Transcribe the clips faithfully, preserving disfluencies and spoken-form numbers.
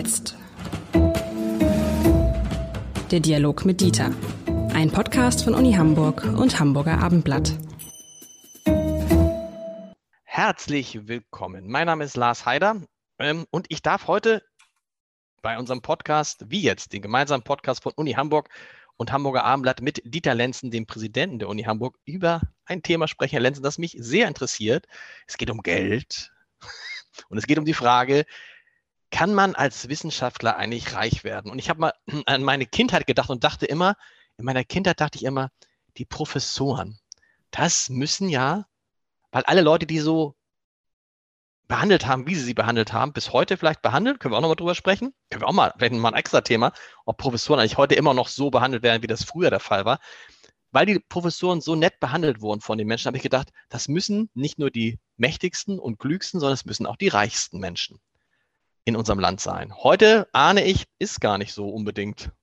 jetzt? Der Dialog mit Dieter. Ein Podcast von Uni Hamburg und Hamburger Abendblatt. Herzlich willkommen. Mein Name ist Lars Haider ähm, und ich darf heute bei unserem Podcast, wie jetzt, den gemeinsamen Podcast von Uni Hamburg und Hamburger Abendblatt mit Dieter Lenzen, dem Präsidenten der Uni Hamburg, über ein Thema sprechen, Herr Lenzen, das mich sehr interessiert. Es geht um Geld und es geht um die Frage, kann man als Wissenschaftler eigentlich reich werden? Und ich habe mal an meine Kindheit gedacht und dachte immer, in meiner Kindheit dachte ich immer, die Professoren, das müssen ja, weil alle Leute, die so behandelt haben, wie sie sie behandelt haben, bis heute vielleicht behandelt, können wir auch nochmal drüber sprechen, können wir auch mal, vielleicht mal ein extra Thema, ob Professoren eigentlich heute immer noch so behandelt werden, wie das früher der Fall war. Weil die Professoren so nett behandelt wurden von den Menschen, habe ich gedacht, das müssen nicht nur die mächtigsten und klügsten, sondern es müssen auch die reichsten Menschen in unserem Land sein. Heute, ahne ich, ist gar nicht so unbedingt.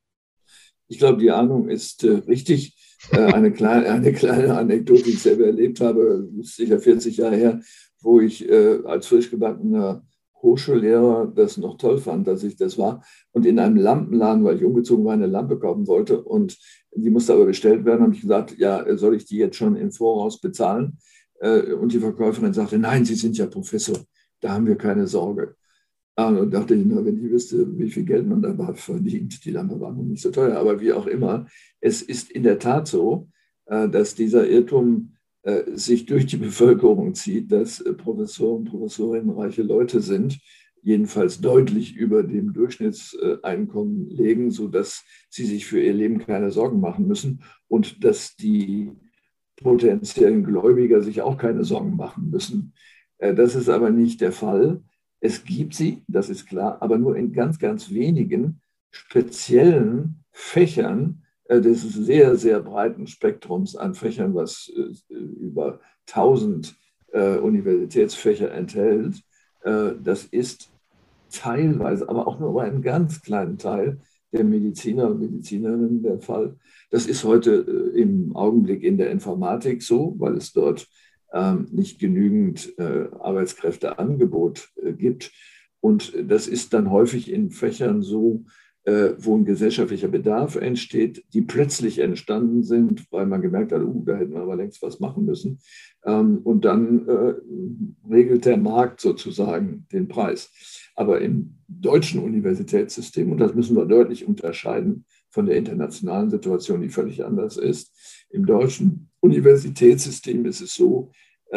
Ich glaube, die Ahnung ist äh, richtig. Äh, eine, kleine, eine kleine Anekdote, die ich selber erlebt habe, ist sicher vierzig Jahre her, wo ich äh, als frisch gebackener Hochschullehrer das noch toll fand, dass ich das war und in einem Lampenladen, weil ich umgezogen war, eine Lampe kaufen wollte und die musste aber bestellt werden, habe ich gesagt, ja, soll ich die jetzt schon im Voraus bezahlen? Äh, und die Verkäuferin sagte, nein, Sie sind ja Professor, da haben wir keine Sorge. Und dachte ich, na, wenn ich wüsste, wie viel Geld man da verdient, die Lampe war noch nicht so teuer, aber wie auch immer, es ist in der Tat so, dass dieser Irrtum sich durch die Bevölkerung zieht, dass Professoren und Professorinnen reiche Leute sind, jedenfalls deutlich über dem Durchschnittseinkommen legen, sodass sie sich für ihr Leben keine Sorgen machen müssen und dass die potenziellen Gläubiger sich auch keine Sorgen machen müssen. Das ist aber nicht der Fall. Es gibt sie, das ist klar, aber nur in ganz, ganz wenigen speziellen Fächern des sehr, sehr breiten Spektrums an Fächern, was über tausend Universitätsfächer enthält. Das ist teilweise, aber auch nur bei einem ganz kleinen Teil der Mediziner und Medizinerinnen der Fall. Das ist heute im Augenblick in der Informatik so, weil es dort nicht genügend äh, Arbeitskräfteangebot äh, gibt. Und das ist dann häufig in Fächern so, äh, wo ein gesellschaftlicher Bedarf entsteht, die plötzlich entstanden sind, weil man gemerkt hat, uh, da hätten wir aber längst was machen müssen. Ähm, und dann äh, regelt der Markt sozusagen den Preis. Aber im deutschen Universitätssystem, und das müssen wir deutlich unterscheiden von der internationalen Situation, die völlig anders ist, im deutschen Universitätssystem ist es so,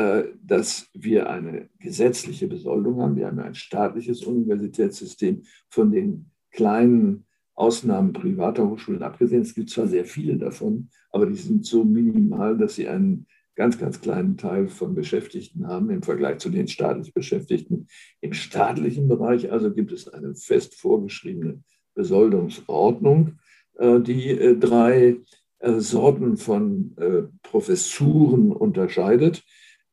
dass wir eine gesetzliche Besoldung haben. Wir haben ein staatliches Universitätssystem, von den kleinen Ausnahmen privater Hochschulen abgesehen. Es gibt zwar sehr viele davon, aber die sind so minimal, dass sie einen ganz, ganz kleinen Teil von Beschäftigten haben im Vergleich zu den staatlich Beschäftigten. Im staatlichen Bereich also gibt es eine fest vorgeschriebene Besoldungsordnung, die drei Sorten von Professuren unterscheidet.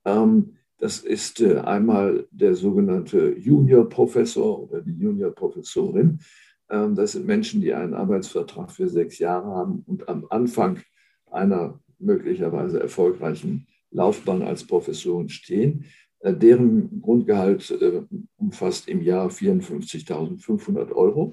Das ist einmal der sogenannte Juniorprofessor oder die Juniorprofessorin. Das sind Menschen, die einen Arbeitsvertrag für sechs Jahre haben und am Anfang einer möglicherweise erfolgreichen Laufbahn als Professoren stehen. Deren Grundgehalt umfasst im Jahr vierundfünfzigtausendfünfhundert Euro.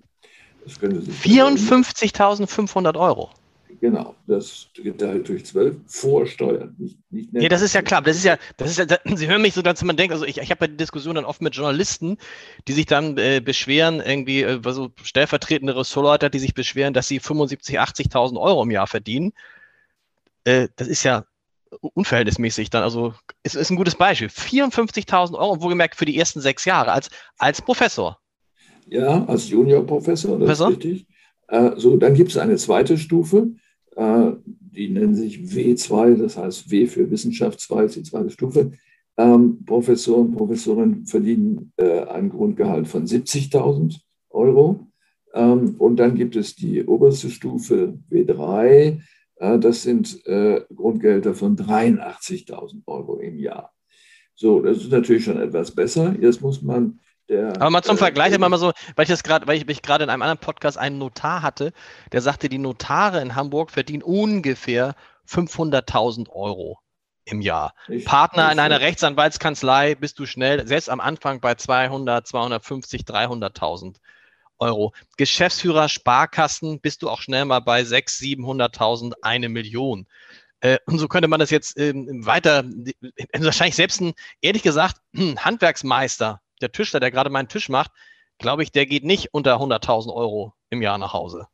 vierundfünfzigtausendfünfhundert Euro? Genau, das geteilt durch zwölf vor Steuern. Nicht, nicht nee, das ist ja klar. Das ist ja, das ist ja, das, Sie hören mich so, dass man denkt, also ich, ich habe ja die Diskussion dann oft mit Journalisten, die sich dann äh, beschweren, irgendwie, äh, so stellvertretende Ressortleiter, die sich beschweren, dass sie fünfundsiebzigtausend, achtzigtausend Euro im Jahr verdienen. Äh, das ist ja unverhältnismäßig dann. Also es ist ein gutes Beispiel. vierundfünfzigtausend Euro, wohlgemerkt für die ersten sechs Jahre als, als Professor. Ja, als Juniorprofessor, das Professor? ist richtig. Äh, so, dann gibt es eine zweite Stufe. Die nennen sich W zwei, das heißt W für Wissenschaft zwei ist die zweite Stufe. Ähm, Professoren und Professorinnen verdienen äh, ein Grundgehalt von siebzigtausend Euro. Ähm, und dann gibt es die oberste Stufe W drei, äh, das sind äh, Grundgehälter von dreiundachtzigtausend Euro im Jahr. So, das ist natürlich schon etwas besser. Jetzt muss man Der, Aber mal zum äh, Vergleich, äh, immer mal so, weil ich das gerade, weil ich mich gerade in einem anderen Podcast einen Notar hatte, der sagte, die Notare in Hamburg verdienen ungefähr fünfhunderttausend Euro im Jahr. nicht, Partner nicht in einer so. Rechtsanwaltskanzlei bist du schnell, selbst am Anfang bei zweihundert, zweihundertfünfzig, dreihunderttausend Euro. Geschäftsführer Sparkassen bist du auch schnell mal bei sechshunderttausend, siebenhunderttausend, eine Million. Äh, und so könnte man das jetzt ähm, weiter, äh, wahrscheinlich selbst ein, ehrlich gesagt, ein Handwerksmeister, der Tischler, der gerade meinen Tisch macht, glaube ich, der geht nicht unter hunderttausend Euro im Jahr nach Hause.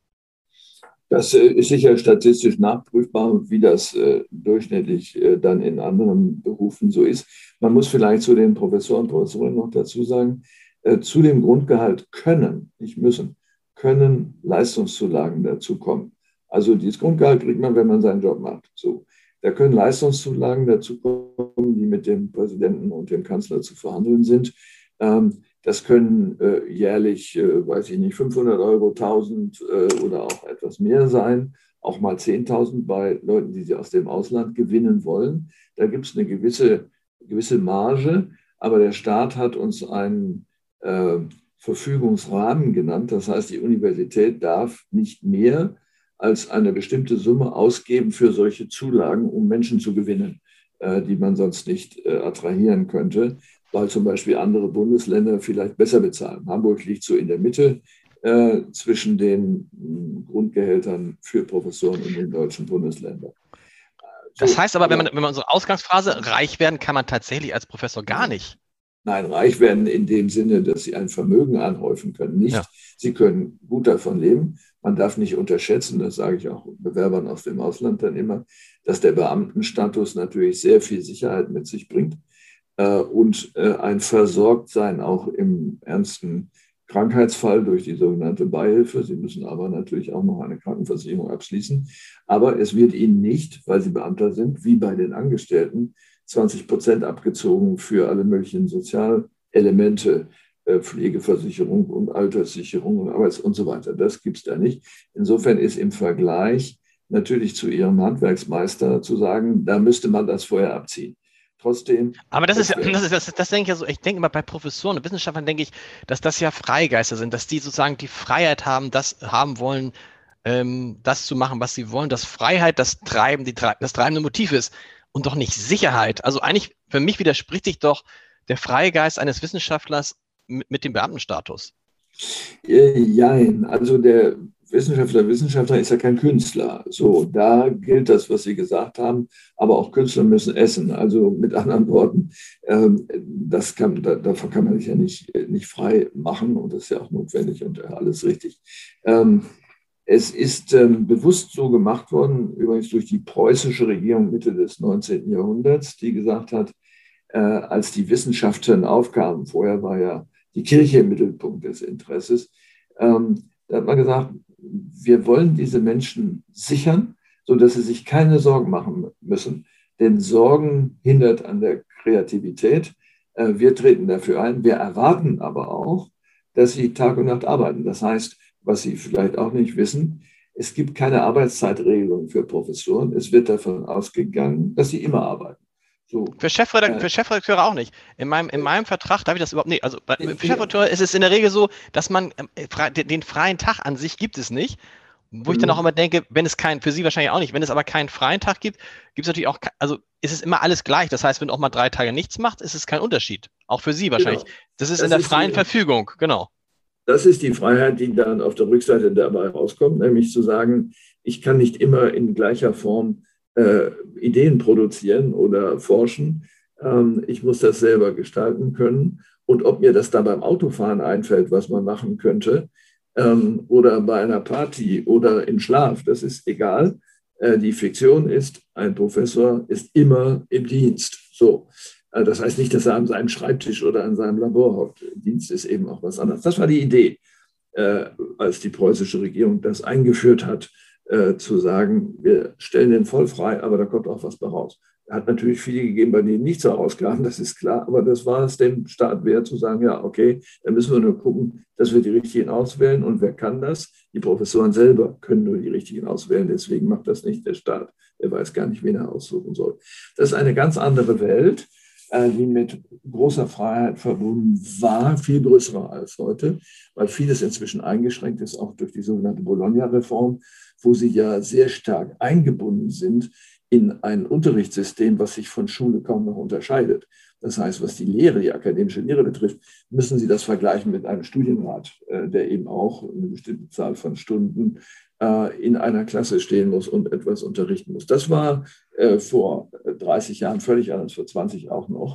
Das äh, ist sicher statistisch nachprüfbar, wie das äh, durchschnittlich äh, dann in anderen Berufen so ist. Man muss vielleicht zu den Professoren und Professorinnen noch dazu sagen, äh, zu dem Grundgehalt können, nicht müssen, können Leistungszulagen dazukommen. Also dieses Grundgehalt kriegt man, wenn man seinen Job macht. So. Da können Leistungszulagen dazukommen, die mit dem Präsidenten und dem Kanzler zu verhandeln sind. Ähm, Das können äh, jährlich, äh, weiß ich nicht, fünfhundert Euro, tausend äh, oder auch etwas mehr sein, auch mal zehntausend bei Leuten, die sie aus dem Ausland gewinnen wollen. Da gibt es eine gewisse, gewisse Marge, aber der Staat hat uns einen äh, Verfügungsrahmen genannt. Das heißt, die Universität darf nicht mehr als eine bestimmte Summe ausgeben für solche Zulagen, um Menschen zu gewinnen, äh, die man sonst nicht äh, attrahieren könnte, weil zum Beispiel andere Bundesländer vielleicht besser bezahlen. Hamburg liegt so in der Mitte äh, zwischen den mh, Grundgehältern für Professoren in den deutschen Bundesländern. So, das heißt aber, wenn man, wenn man unsere Ausgangsphase, reich werden kann man tatsächlich als Professor gar nicht. Nein, reich werden in dem Sinne, dass sie ein Vermögen anhäufen können. Nicht, ja. Sie können gut davon leben. Man darf nicht unterschätzen, das sage ich auch Bewerbern aus dem Ausland dann immer, dass der Beamtenstatus natürlich sehr viel Sicherheit mit sich bringt. Und ein Versorgtsein auch im ernsten Krankheitsfall durch die sogenannte Beihilfe. Sie müssen aber natürlich auch noch eine Krankenversicherung abschließen. Aber es wird Ihnen nicht, weil Sie Beamter sind, wie bei den Angestellten, zwanzig Prozent abgezogen für alle möglichen Sozialelemente, Pflegeversicherung und Alterssicherung und Arbeits- und so weiter. Das gibt es da nicht. Insofern ist im Vergleich natürlich zu Ihrem Handwerksmeister zu sagen, da müsste man das vorher abziehen. Trotzdem. Aber das ist ja, das, ist, das, das denke ich ja so, ich denke immer bei Professoren und Wissenschaftlern denke ich, dass das ja Freigeister sind, dass die sozusagen die Freiheit haben, das haben wollen, ähm, das zu machen, was sie wollen, dass Freiheit das Treiben, die, das treibende Motiv ist und doch nicht Sicherheit. Also eigentlich, für mich widerspricht sich doch der Freigeist eines Wissenschaftlers mit, mit dem Beamtenstatus. Jein, also der Wissenschaftler, Wissenschaftler ist ja kein Künstler. So, da gilt das, was Sie gesagt haben, aber auch Künstler müssen essen. Also mit anderen Worten, ähm, das kann, da, davon kann man sich ja nicht, nicht frei machen und das ist ja auch notwendig und alles richtig. Ähm, es ist ähm, bewusst so gemacht worden, übrigens durch die preußische Regierung Mitte des neunzehnten Jahrhunderts, die gesagt hat, äh, als die Wissenschaften aufkamen, vorher war ja die Kirche im Mittelpunkt des Interesses, ähm, da hat man gesagt, wir wollen diese Menschen sichern, sodass sie sich keine Sorgen machen müssen. Denn Sorgen hindert an der Kreativität. Äh, wir treten dafür ein. Wir erwarten aber auch, dass sie Tag und Nacht arbeiten. Das heißt, was Sie vielleicht auch nicht wissen, es gibt keine Arbeitszeitregelung für Professoren. Es wird davon ausgegangen, dass sie immer arbeiten. So, für, Chefredakteur, äh, für Chefredakteure auch nicht. In meinem, in meinem Vertrag darf ich das überhaupt nicht. Also bei für Chefredakteur ist es in der Regel so, dass man äh, den freien Tag an sich gibt es nicht. Wo ich dann auch immer denke, wenn es keinen, für Sie wahrscheinlich auch nicht, wenn es aber keinen freien Tag gibt, gibt es natürlich auch, also ist es immer alles gleich. Das heißt, wenn du auch mal drei Tage nichts machst, ist es kein Unterschied. Auch für Sie wahrscheinlich. Genau. Das ist das in der ist freien die, Verfügung, genau. Das ist die Freiheit, die dann auf der Rückseite dabei rauskommt, nämlich zu sagen, ich kann nicht immer in gleicher Form äh, Ideen produzieren oder forschen. Ähm, ich muss das selber gestalten können. Und ob mir das dann beim Autofahren einfällt, was man machen könnte, ähm, oder bei einer Party oder im Schlaf, das ist egal. Äh, die Fiktion ist, ein Professor ist immer im Dienst. So. Äh, das heißt nicht, dass er an seinem Schreibtisch oder an seinem Labor hockt. Dienst ist eben auch was anderes. Das war die Idee, äh, als die preußische Regierung das eingeführt hat, äh, zu sagen, wir stellen den voll frei, aber da kommt auch was bei raus. Hat natürlich viele gegeben, bei denen nichts herauskam, das ist klar, aber das war es dem Staat wert, zu sagen, ja, okay, dann müssen wir nur gucken, dass wir die Richtigen auswählen. Und wer kann das? Die Professoren selber können nur die Richtigen auswählen, deswegen macht das nicht der Staat. Der weiß gar nicht, wen er aussuchen soll. Das ist eine ganz andere Welt, die mit großer Freiheit verbunden war, viel größer als heute, weil vieles inzwischen eingeschränkt ist, auch durch die sogenannte Bologna-Reform, wo sie ja sehr stark eingebunden sind in ein Unterrichtssystem, was sich von Schule kaum noch unterscheidet. Das heißt, was die Lehre, die akademische Lehre betrifft, müssen Sie das vergleichen mit einem Studienrat, der eben auch eine bestimmte Zahl von Stunden in einer Klasse stehen muss und etwas unterrichten muss. Das war vor dreißig Jahren völlig anders, vor zwanzig auch noch,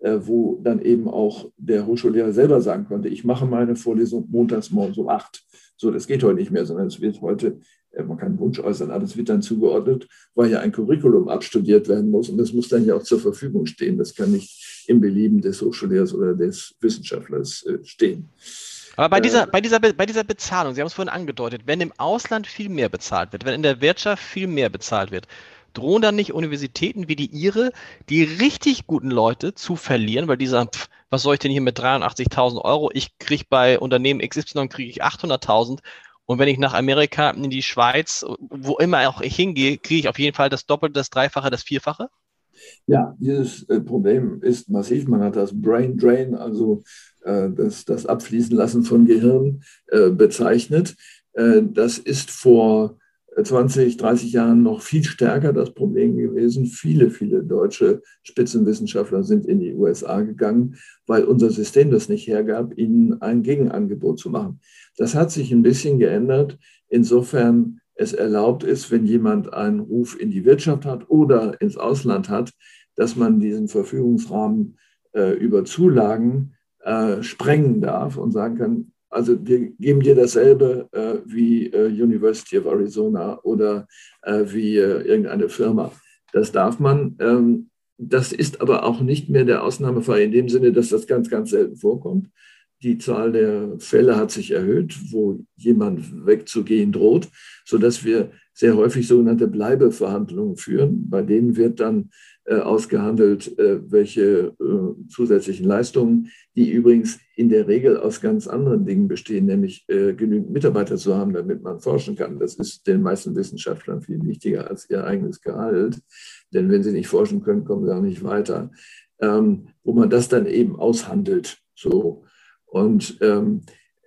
wo dann eben auch der Hochschullehrer selber sagen konnte, ich mache meine Vorlesung montags morgens um acht. So, das geht heute nicht mehr, sondern es wird heute, man kann einen Wunsch äußern, aber es wird dann zugeordnet, weil ja ein Curriculum abstudiert werden muss und das muss dann ja auch zur Verfügung stehen. Das kann nicht im Belieben des Hochschullehrers oder des Wissenschaftlers stehen. Aber bei dieser, bei, dieser, bei dieser Bezahlung, Sie haben es vorhin angedeutet, wenn im Ausland viel mehr bezahlt wird, wenn in der Wirtschaft viel mehr bezahlt wird, drohen dann nicht Universitäten wie die Ihre, die richtig guten Leute zu verlieren, weil die sagen, pff, was soll ich denn hier mit dreiundachtzigtausend Euro? Ich kriege bei Unternehmen X Y kriege ich achthunderttausend und wenn ich nach Amerika, in die Schweiz, wo immer auch ich hingehe, kriege ich auf jeden Fall das Doppelte, das Dreifache, das Vierfache? Ja, dieses Problem ist massiv. Man hat das Brain Drain, also das, das Abfließen lassen von Gehirn, bezeichnet. Das ist vor zwanzig, dreißig Jahren noch viel stärker das Problem gewesen. Viele, viele deutsche Spitzenwissenschaftler sind in die U S A gegangen, weil unser System das nicht hergab, ihnen ein Gegenangebot zu machen. Das hat sich ein bisschen geändert. Insofern es erlaubt ist, wenn jemand einen Ruf in die Wirtschaft hat oder ins Ausland hat, dass man diesen Verfügungsrahmen äh, über Zulagen äh, sprengen darf und sagen kann, also wir geben dir dasselbe äh, wie äh, University of Arizona oder äh, wie äh, irgendeine Firma. Das darf man. Ähm, das ist aber auch nicht mehr der Ausnahmefall in dem Sinne, dass das ganz, ganz selten vorkommt. Die Zahl der Fälle hat sich erhöht, wo jemand wegzugehen droht, sodass wir sehr häufig sogenannte Bleibeverhandlungen führen. Bei denen wird dann äh, ausgehandelt, äh, welche äh, zusätzlichen Leistungen, die übrigens in der Regel aus ganz anderen Dingen bestehen, nämlich äh, genügend Mitarbeiter zu haben, damit man forschen kann. Das ist den meisten Wissenschaftlern viel wichtiger als ihr eigenes Gehalt. Denn wenn sie nicht forschen können, kommen sie auch nicht weiter. Ähm, wo man das dann eben aushandelt. So. Und ähm,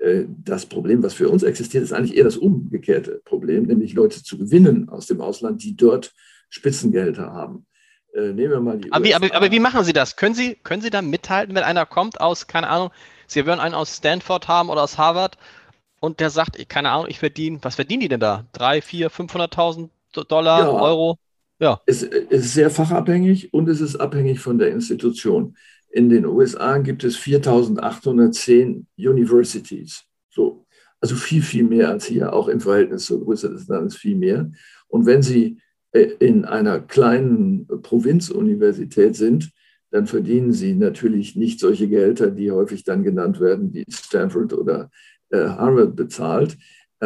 das Problem, was für uns existiert, ist eigentlich eher das umgekehrte Problem, nämlich Leute zu gewinnen aus dem Ausland, die dort Spitzengehälter haben. Äh, nehmen wir mal die aber U S A. Wie, aber, aber wie machen Sie das? Können Sie, können Sie da mithalten, wenn einer kommt aus, keine Ahnung, Sie würden einen aus Stanford haben oder aus Harvard und der sagt, keine Ahnung, ich verdiene, was verdienen die denn da? Drei, vier, fünfhunderttausend Dollar, Ja, Euro? Ja. es, es ist sehr fachabhängig und es ist abhängig von der Institution. In den U S A gibt es viertausendachthundertzehn Universities. So. Also viel, viel mehr als hier, auch im Verhältnis zur Größe des Landes viel mehr. Und wenn Sie in einer kleinen Provinzuniversität sind, dann verdienen Sie natürlich nicht solche Gehälter, die häufig dann genannt werden, die Stanford oder Harvard bezahlt.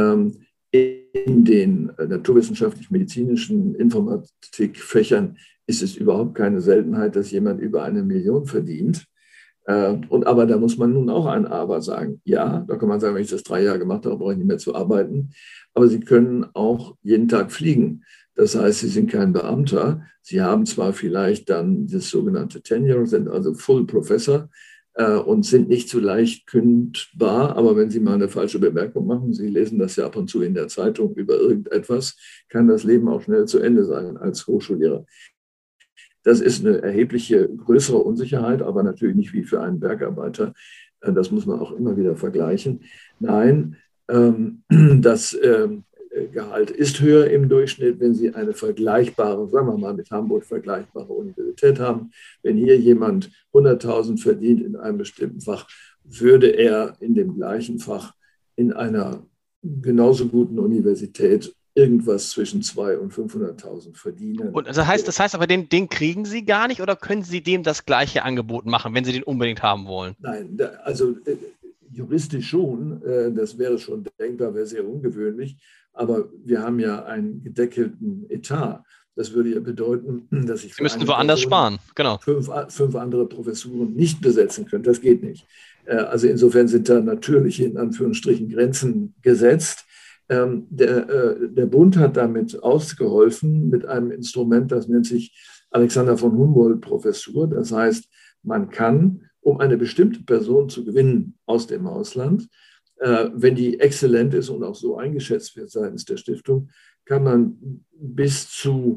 In den naturwissenschaftlich-medizinischen Informatikfächern ist es überhaupt keine Seltenheit, dass jemand über eine Million verdient. Und aber da muss man nun auch ein Aber sagen. Ja, da kann man sagen, wenn ich das drei Jahre gemacht habe, brauche ich nicht mehr zu arbeiten. Aber Sie können auch jeden Tag fliegen. Das heißt, Sie sind kein Beamter. Sie haben zwar vielleicht dann das sogenannte Tenure, sind also Full Professor äh, und sind nicht so leicht kündbar. Aber wenn Sie mal eine falsche Bemerkung machen, Sie lesen das ja ab und zu in der Zeitung über irgendetwas, kann das Leben auch schnell zu Ende sein als Hochschullehrer. Das ist eine erhebliche größere Unsicherheit, aber natürlich nicht wie für einen Bergarbeiter. Das muss man auch immer wieder vergleichen. Nein, ähm, das ähm, Gehalt ist höher im Durchschnitt, wenn Sie eine vergleichbare, sagen wir mal mit Hamburg vergleichbare Universität haben. Wenn hier jemand hunderttausend verdient in einem bestimmten Fach, würde er in dem gleichen Fach in einer genauso guten Universität irgendwas zwischen zweihunderttausend und fünfhunderttausend verdienen. Und das heißt, das heißt aber, den, den kriegen Sie gar nicht oder können Sie dem das gleiche Angebot machen, wenn Sie den unbedingt haben wollen? Nein, da, also äh, juristisch schon, äh, das wäre schon denkbar, wäre sehr ungewöhnlich, aber wir haben ja einen gedeckelten Etat. Das würde ja bedeuten, dass ich Sie müssten woanders sparen, genau. Fünf, fünf andere Professuren nicht besetzen könnte. Das geht nicht. Äh, also insofern sind da natürlich in Anführungsstrichen Grenzen gesetzt. Ähm, der, äh, der Bund hat damit ausgeholfen mit einem Instrument, das nennt sich Alexander von Humboldt-Professur. Das heißt, man kann, um eine bestimmte Person zu gewinnen aus dem Ausland, äh, wenn die exzellent ist und auch so eingeschätzt wird seitens der Stiftung, kann man bis zu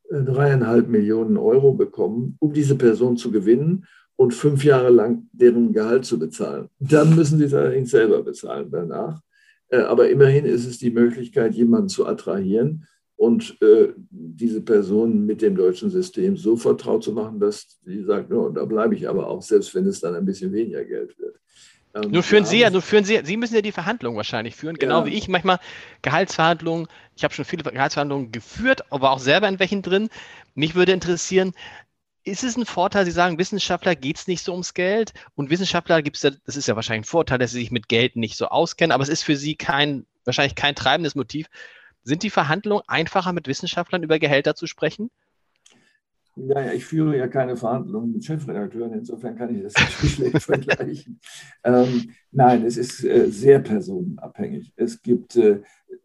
dreieinhalb Millionen Euro bekommen, um diese Person zu gewinnen und fünf Jahre lang deren Gehalt zu bezahlen. Dann müssen sie es allerdings selber bezahlen danach. Aber immerhin ist es die Möglichkeit, jemanden zu attrahieren und äh, diese Person mit dem deutschen System so vertraut zu machen, dass sie sagt, no, da bleibe ich aber auch, selbst wenn es dann ein bisschen weniger Geld wird. Ähm, nur führen Sie ja, nur führen Sie, Sie müssen ja die Verhandlungen wahrscheinlich führen, genau ja. wie ich manchmal Gehaltsverhandlungen, ich habe schon viele Gehaltsverhandlungen geführt, aber auch selber in welchen drin. Mich würde interessieren, ist es ein Vorteil, Sie sagen, Wissenschaftler geht es nicht so ums Geld und Wissenschaftler gibt es ja, das ist ja wahrscheinlich ein Vorteil, dass sie sich mit Geld nicht so auskennen, aber es ist für Sie kein, wahrscheinlich kein treibendes Motiv. Sind die Verhandlungen einfacher, mit Wissenschaftlern über Gehälter zu sprechen? Naja, ich führe ja keine Verhandlungen mit Chefredakteuren, insofern kann ich das natürlich schlecht vergleichen. Ähm, nein, es ist äh, sehr personenabhängig. Es gibt äh,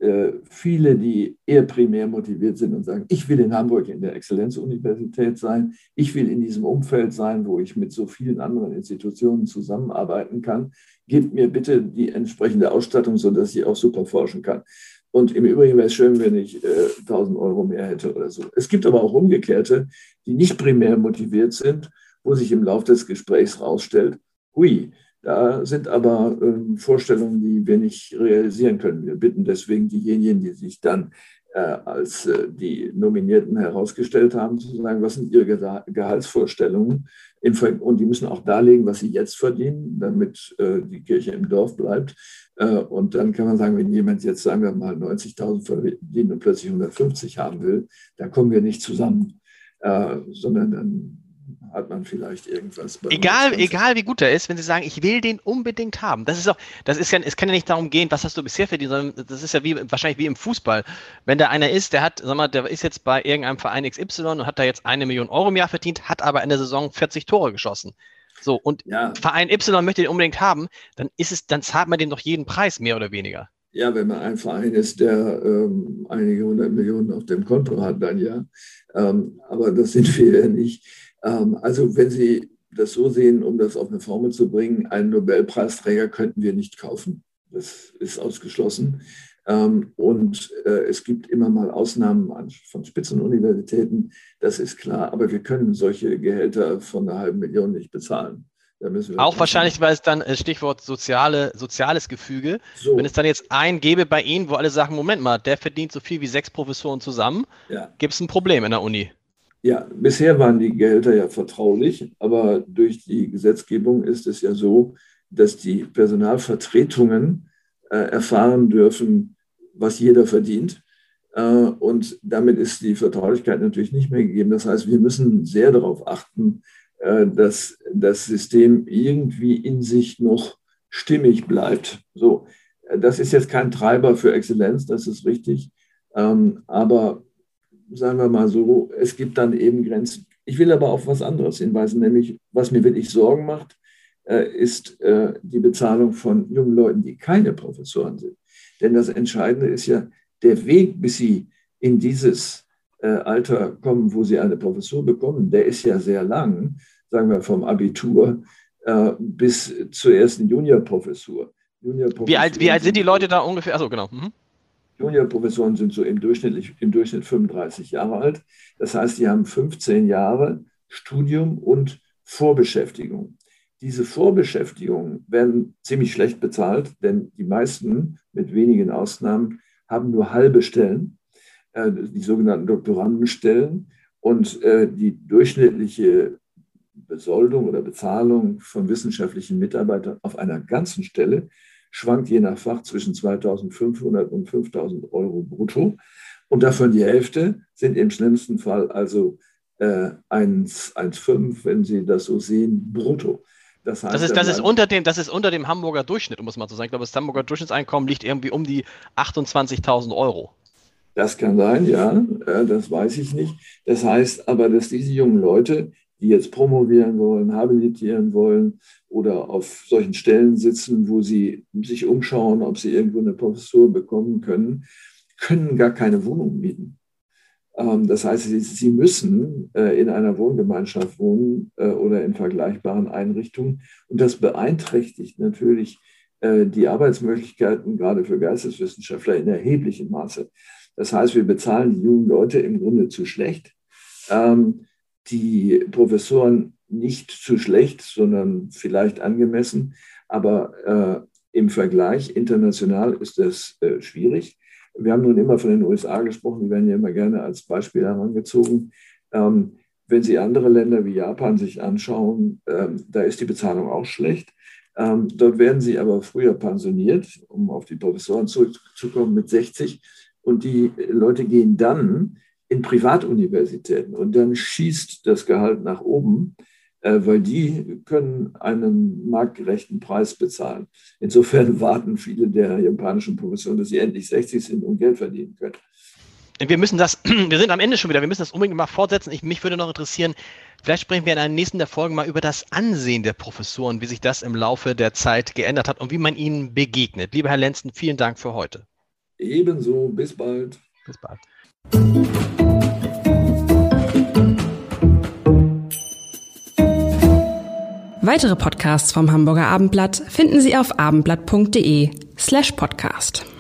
viele, die eher primär motiviert sind und sagen, ich will in Hamburg in der Exzellenzuniversität sein, ich will in diesem Umfeld sein, wo ich mit so vielen anderen Institutionen zusammenarbeiten kann. Gebt mir bitte die entsprechende Ausstattung, sodass ich auch super forschen kann. Und im Übrigen wäre es schön, wenn ich äh, tausend Euro mehr hätte oder so. Es gibt aber auch Umgekehrte, die nicht primär motiviert sind, wo sich im Laufe des Gesprächs herausstellt, hui, da sind aber äh, Vorstellungen, die wir nicht realisieren können. Wir bitten deswegen diejenigen, die sich dann äh, als äh, die Nominierten herausgestellt haben, zu sagen, was sind ihre Ge- Gehaltsvorstellungen? Und die müssen auch darlegen, was sie jetzt verdienen, damit äh, die Kirche im Dorf bleibt. Äh, und dann kann man sagen, wenn jemand jetzt, sagen wir mal, neunzigtausend verdient und plötzlich hundertfünfzig haben will, dann kommen wir nicht zusammen, äh, sondern dann hat man vielleicht irgendwas bei Egal, egal wie gut er ist, wenn Sie sagen, ich will den unbedingt haben. Das ist auch, das ist ja, es kann ja nicht darum gehen, was hast du bisher verdient, sondern das ist ja wie, wahrscheinlich wie im Fußball. Wenn da einer ist, der hat, sag mal, der ist jetzt bei irgendeinem Verein X Y und hat da jetzt eine Million Euro im Jahr verdient, hat aber in der Saison vierzig Tore geschossen. So, und ja. Verein Y möchte den unbedingt haben, dann ist es, dann zahlt man dem doch jeden Preis, mehr oder weniger. Ja, wenn man ein Verein ist, der ähm, einige hundert Millionen auf dem Konto hat, dann ja. Ähm, aber das sind wir ja nicht. Ähm, also wenn Sie das so sehen, um das auf eine Formel zu bringen, einen Nobelpreisträger könnten wir nicht kaufen. Das ist ausgeschlossen. Ähm, und äh, es gibt immer mal Ausnahmen an, von Spitzenuniversitäten, das ist klar. Aber wir können solche Gehälter von einer halben Million nicht bezahlen. Auch wahrscheinlich, weil es dann, Stichwort soziale, soziales Gefüge, so. Wenn es dann jetzt einen gäbe bei Ihnen, wo alle sagen, Moment mal, der verdient so viel wie sechs Professoren zusammen, ja. Gibt es ein Problem in der Uni. Ja, bisher waren die Gehälter ja vertraulich, aber durch die Gesetzgebung ist es ja so, dass die Personalvertretungen äh, erfahren dürfen, was jeder verdient. Äh, und damit ist die Vertraulichkeit natürlich nicht mehr gegeben. Das heißt, wir müssen sehr darauf achten, dass das System irgendwie in sich noch stimmig bleibt. So, das ist jetzt kein Treiber für Exzellenz, das ist richtig. Aber sagen wir mal so, es gibt dann eben Grenzen. Ich will aber auf was anderes hinweisen, nämlich was mir wirklich Sorgen macht, ist die Bezahlung von jungen Leuten, die keine Professoren sind. Denn das Entscheidende ist ja der Weg, bis sie in dieses Alter kommen, wo sie eine Professur bekommen, der ist ja sehr lang, sagen wir vom Abitur äh, bis zur ersten Juniorprofessur. Juniorprofessuren wie, alt, wie alt sind die Leute da ungefähr? Achso, genau. Mhm. Juniorprofessoren sind so im Durchschnitt, im Durchschnitt fünfunddreißig Jahre alt. Das heißt, die haben fünfzehn Jahre Studium und Vorbeschäftigung. Diese Vorbeschäftigungen werden ziemlich schlecht bezahlt, denn die meisten, mit wenigen Ausnahmen, haben nur halbe Stellen, äh, die sogenannten Doktorandenstellen. Und äh, die durchschnittliche Besoldung oder Bezahlung von wissenschaftlichen Mitarbeitern auf einer ganzen Stelle schwankt je nach Fach zwischen zweitausendfünfhundert und fünftausend Euro brutto. Und davon die Hälfte sind im schlimmsten Fall also äh, eins Komma fünf, wenn Sie das so sehen, brutto. Das heißt, das ist, das, ist unter dem, das ist unter dem Hamburger Durchschnitt, muss man so sagen. Ich glaube, das Hamburger Durchschnittseinkommen liegt irgendwie um die achtundzwanzigtausend Euro. Das kann sein, ja, das weiß ich nicht. Das heißt aber, dass diese jungen Leute, die jetzt promovieren wollen, habilitieren wollen oder auf solchen Stellen sitzen, wo sie sich umschauen, ob sie irgendwo eine Professur bekommen können, können gar keine Wohnung mieten. Das heißt, sie müssen in einer Wohngemeinschaft wohnen oder in vergleichbaren Einrichtungen. Und das beeinträchtigt natürlich die Arbeitsmöglichkeiten, gerade für Geisteswissenschaftler, in erheblichem Maße. Das heißt, wir bezahlen die jungen Leute im Grunde zu schlecht. Ähm, die Professoren nicht zu schlecht, sondern vielleicht angemessen, aber äh, im Vergleich international ist das äh, schwierig. Wir haben nun immer von den U S A gesprochen, die werden ja immer gerne als Beispiel herangezogen. Ähm, wenn Sie andere Länder wie Japan sich anschauen, ähm, da ist die Bezahlung auch schlecht. Ähm, dort werden sie aber früher pensioniert, um auf die Professoren zurückzukommen, mit sechzig. Und die Leute gehen dann in Privatuniversitäten und dann schießt das Gehalt nach oben, äh, weil die können einen marktgerechten Preis bezahlen. Insofern warten viele der japanischen Professoren, dass sie endlich sechzig sind und Geld verdienen können. Wir müssen das, wir sind am Ende schon wieder, wir müssen das unbedingt mal fortsetzen. Ich, mich würde noch interessieren, vielleicht sprechen wir in einer nächsten der Folgen mal über das Ansehen der Professoren, wie sich das im Laufe der Zeit geändert hat und wie man ihnen begegnet. Lieber Herr Lenzen, vielen Dank für heute. Ebenso, bis bald. Bis bald. Weitere Podcasts vom Hamburger Abendblatt finden Sie auf abendblatt punkt de slash podcast.